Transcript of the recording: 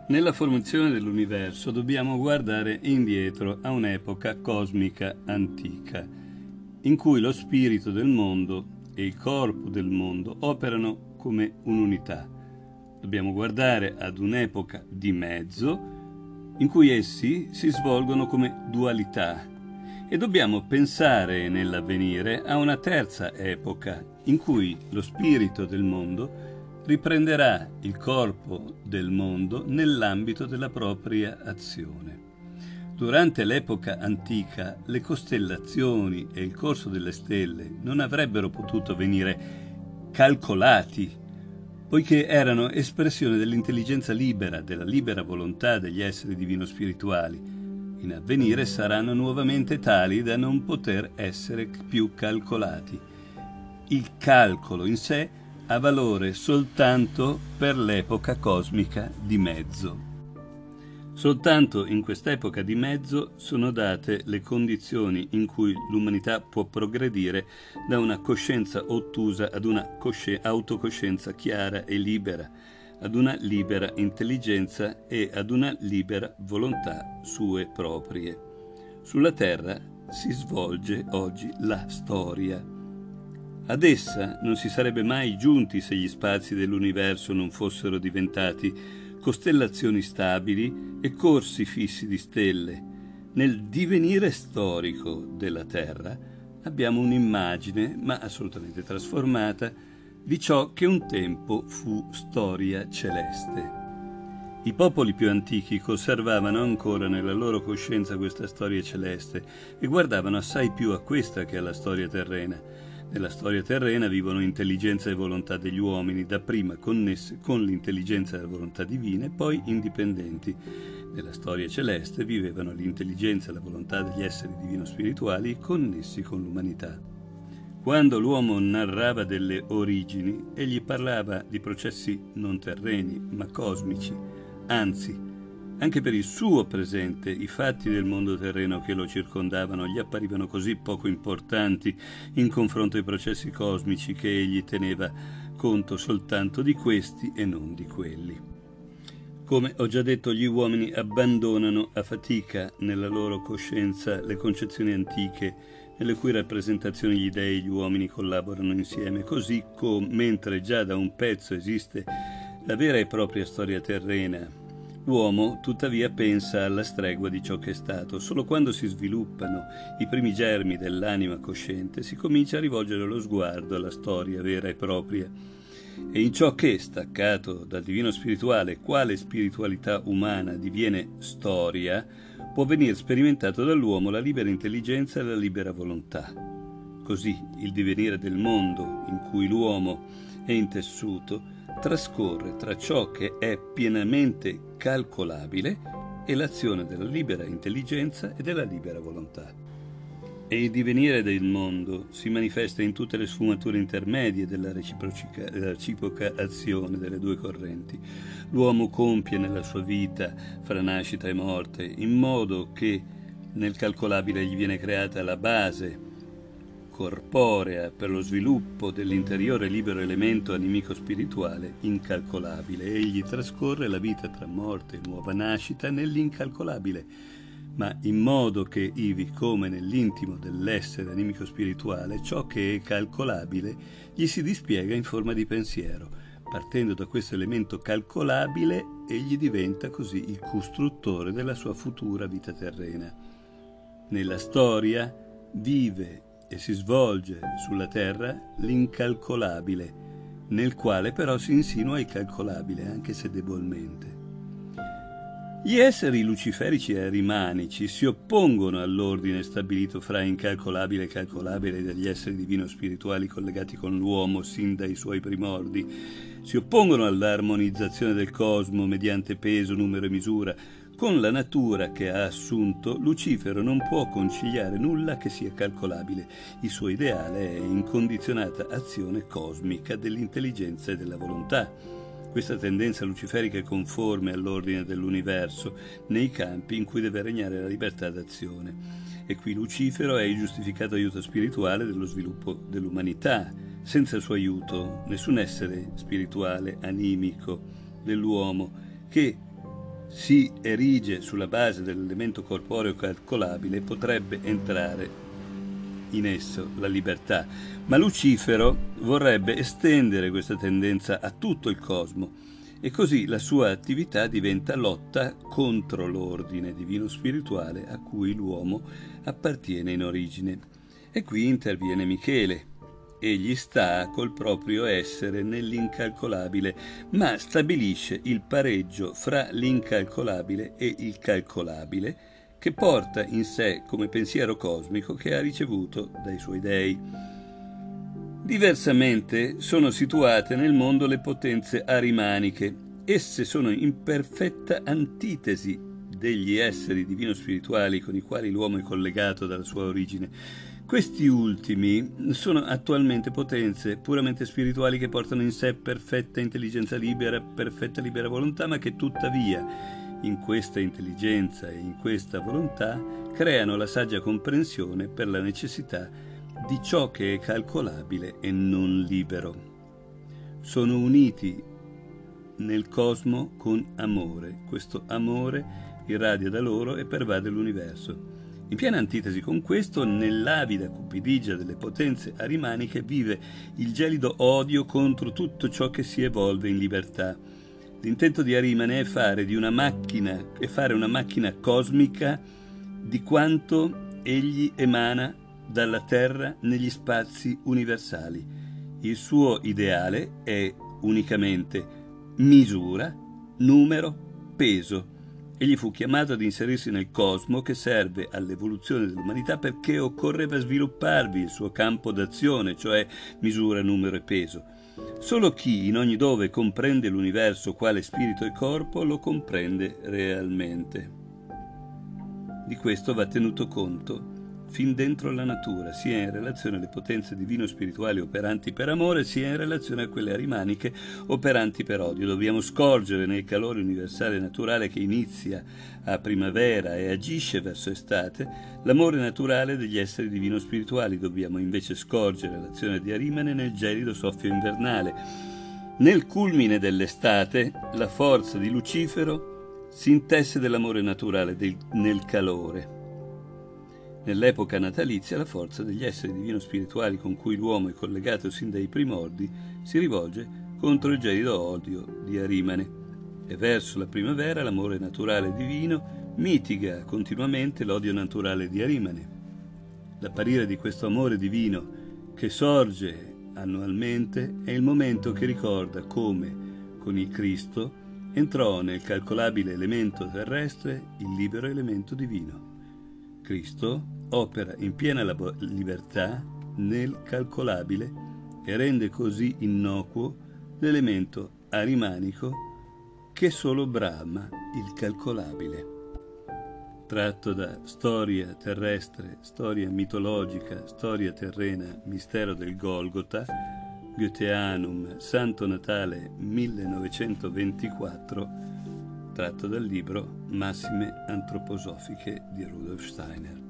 Nella formazione dell'universo dobbiamo guardare indietro a un'epoca cosmica antica, in cui lo spirito del mondo e il corpo del mondo operano come un'unità. Dobbiamo guardare ad un'epoca di mezzo, in cui essi si svolgono come dualità, e dobbiamo pensare nell'avvenire a una terza epoca, in cui lo spirito del mondo riprenderà il corpo del mondo nell'ambito della propria azione. Durante l'epoca antica le costellazioni e il corso delle stelle non avrebbero potuto venire calcolati, poiché erano espressione dell'intelligenza libera, della libera volontà degli esseri divino-spirituali. In avvenire saranno nuovamente tali da non poter essere più calcolati. Il calcolo in sé ha valore soltanto per l'epoca cosmica di mezzo. Soltanto in quest'epoca di mezzo sono date le condizioni in cui l'umanità può progredire da una coscienza ottusa ad una autocoscienza chiara e libera, ad una libera intelligenza e ad una libera volontà sue proprie. Sulla Terra si svolge oggi la storia. Ad essa non si sarebbe mai giunti se gli spazi dell'universo non fossero diventati costellazioni stabili e corsi fissi di stelle. Nel divenire storico della Terra abbiamo un'immagine, ma assolutamente trasformata, di ciò che un tempo fu storia celeste. I popoli più antichi conservavano ancora nella loro coscienza questa storia celeste e guardavano assai più a questa che alla storia terrena. Nella storia terrena vivono intelligenza e volontà degli uomini, dapprima connesse con l'intelligenza e la volontà divine, poi indipendenti. Nella storia celeste vivevano l'intelligenza e la volontà degli esseri divino-spirituali connessi con l'umanità. Quando l'uomo narrava delle origini, egli parlava di processi non terreni, ma cosmici. Anzi, anche per il suo presente, i fatti del mondo terreno che lo circondavano gli apparivano così poco importanti in confronto ai processi cosmici che egli teneva conto soltanto di questi e non di quelli. Come ho già detto, gli uomini abbandonano a fatica nella loro coscienza le concezioni antiche, nelle cui rappresentazioni gli dei e gli uomini collaborano insieme, così come, mentre già da un pezzo esiste la vera e propria storia terrena, l'uomo tuttavia pensa alla stregua di ciò che è stato. Solo quando si sviluppano i primi germi dell'anima cosciente si comincia a rivolgere lo sguardo alla storia vera e propria. E in ciò che, staccato dal divino spirituale, quale spiritualità umana diviene storia, può venire sperimentato dall'uomo la libera intelligenza e la libera volontà. Così il divenire del mondo in cui l'uomo è intessuto trascorre tra ciò che è pienamente calcolabile e l'azione della libera intelligenza e della libera volontà. E il divenire del mondo si manifesta in tutte le sfumature intermedie della reciproca azione delle due correnti. L'uomo compie nella sua vita, fra nascita e morte, in modo che nel calcolabile gli viene creata la base corporea per lo sviluppo dell'interiore libero elemento animico spirituale incalcolabile. Egli trascorre la vita tra morte e nuova nascita nell'incalcolabile, ma in modo che ivi, come nell'intimo dell'essere animico spirituale, ciò che è calcolabile gli si dispiega in forma di pensiero. Partendo da questo elemento calcolabile, egli diventa così il costruttore della sua futura vita terrena. Nella storia vive e si svolge sulla terra l'incalcolabile, nel quale però si insinua il calcolabile, anche se debolmente. Gli esseri luciferici e arimanici si oppongono all'ordine stabilito fra incalcolabile e calcolabile degli esseri divino-spirituali collegati con l'uomo sin dai suoi primordi. Si oppongono all'armonizzazione del cosmo mediante peso, numero e misura. Con la natura che ha assunto, Lucifero non può conciliare nulla che sia calcolabile. Il suo ideale è incondizionata azione cosmica dell'intelligenza e della volontà. Questa tendenza luciferica è conforme all'ordine dell'universo nei campi in cui deve regnare la libertà d'azione. E qui Lucifero è il giustificato aiuto spirituale dello sviluppo dell'umanità. Senza il suo aiuto, nessun essere spirituale, animico dell'uomo, che si erige sulla base dell'elemento corporeo calcolabile, potrebbe entrare in esso la libertà. Ma Lucifero vorrebbe estendere questa tendenza a tutto il cosmo e così la sua attività diventa lotta contro l'ordine divino spirituale a cui l'uomo appartiene in origine. E qui interviene Michele. Egli sta col proprio essere nell'incalcolabile, ma stabilisce il pareggio fra l'incalcolabile e il calcolabile, che porta in sé come pensiero cosmico che ha ricevuto dai suoi dei. Diversamente sono situate nel mondo le potenze arimaniche. Esse sono in perfetta antitesi degli esseri divino-spirituali con i quali l'uomo è collegato dalla sua origine. Questi ultimi sono attualmente potenze puramente spirituali che portano in sé perfetta intelligenza libera, perfetta libera volontà, ma che tuttavia in questa intelligenza e in questa volontà creano la saggia comprensione per la necessità di ciò che è calcolabile e non libero. Sono uniti nel cosmo con amore. Questo amore irradia da loro e pervade l'universo. In piena antitesi con questo, nell'avida cupidigia delle potenze arimaniche vive il gelido odio contro tutto ciò che si evolve in libertà. L'intento di Arimane è fare una macchina cosmica di quanto egli emana dalla Terra negli spazi universali. Il suo ideale è unicamente misura, numero, peso. Egli fu chiamato ad inserirsi nel cosmo che serve all'evoluzione dell'umanità perché occorreva svilupparvi il suo campo d'azione, cioè misura, numero e peso. Solo chi in ogni dove comprende l'universo quale spirito e corpo lo comprende realmente. Di questo va tenuto conto fin dentro la natura, sia in relazione alle potenze divino-spirituali operanti per amore, sia in relazione a quelle arimaniche operanti per odio. Dobbiamo scorgere nel calore universale naturale che inizia a primavera e agisce verso estate l'amore naturale degli esseri divino-spirituali. Dobbiamo invece scorgere l'azione di Arimane nel gelido soffio invernale. Nel culmine dell'estate, la forza di Lucifero si intesse dell'amore naturale nel calore. Nell'epoca natalizia la forza degli esseri divino-spirituali con cui l'uomo è collegato sin dai primordi si rivolge contro il gelido odio di Arimane e verso la primavera l'amore naturale divino mitiga continuamente l'odio naturale di Arimane. L'apparire di questo amore divino che sorge annualmente è il momento che ricorda come, con il Cristo, entrò nel calcolabile elemento terrestre il libero elemento divino. Cristo opera in piena libertà nel calcolabile e rende così innocuo l'elemento arimanico che solo brama il calcolabile. Tratto da Storia terrestre, storia mitologica, storia terrena, mistero del Golgota, Goetheanum, Santo Natale 1924, tratto dal libro Massime antroposofiche di Rudolf Steiner.